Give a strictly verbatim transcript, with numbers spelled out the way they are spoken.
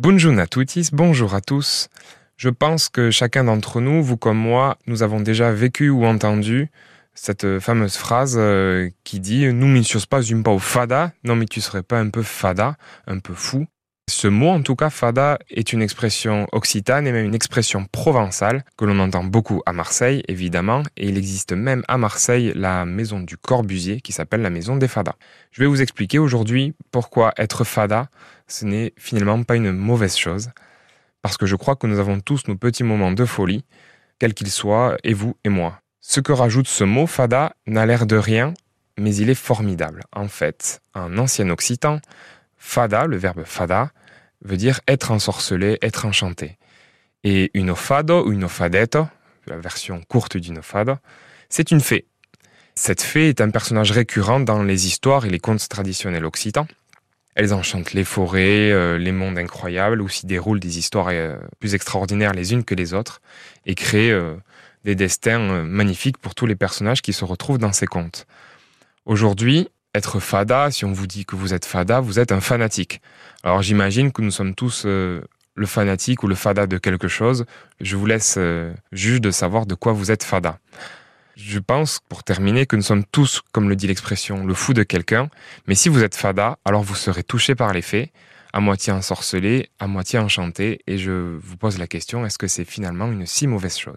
Bonjour à tous, bonjour à tous. Je pense que chacun d'entre nous, vous comme moi, nous avons déjà vécu ou entendu cette fameuse phrase euh, qui dit « Nous ne sommes pas un peu fada », non mais tu serais pas un peu fada, un peu fou. Ce mot, en tout cas, fada, est une expression occitane et même une expression provençale que l'on entend beaucoup à Marseille, évidemment, et il existe même à Marseille la maison du Corbusier qui s'appelle la maison des fadas. Je vais vous expliquer aujourd'hui pourquoi être fada, ce n'est finalement pas une mauvaise chose, parce que je crois que nous avons tous nos petits moments de folie, quels qu'ils soient, et vous et moi. Ce que rajoute ce mot fada n'a l'air de rien, mais il est formidable. En fait, en ancien occitan, fada, le verbe fada, veut dire être ensorcelé, être enchanté. Et une fado ou une fadetto, la version courte d'une fado, c'est une fée. Cette fée est un personnage récurrent dans les histoires et les contes traditionnels occitans. Elles enchantent les forêts, euh, les mondes incroyables, ou s'y déroulent des histoires euh, plus extraordinaires les unes que les autres, et créent euh, des destins euh, magnifiques pour tous les personnages qui se retrouvent dans ces contes. Aujourd'hui, être fada, si on vous dit que vous êtes fada, vous êtes un fanatique. Alors j'imagine que nous sommes tous euh, le fanatique ou le fada de quelque chose. Je vous laisse euh, juge de savoir de quoi vous êtes fada. Je pense, pour terminer, que nous sommes tous, comme le dit l'expression, le fou de quelqu'un. Mais si vous êtes fada, alors vous serez touché par les fées, à moitié ensorcelé, à moitié enchanté. Et je vous pose la question, est-ce que c'est finalement une si mauvaise chose ?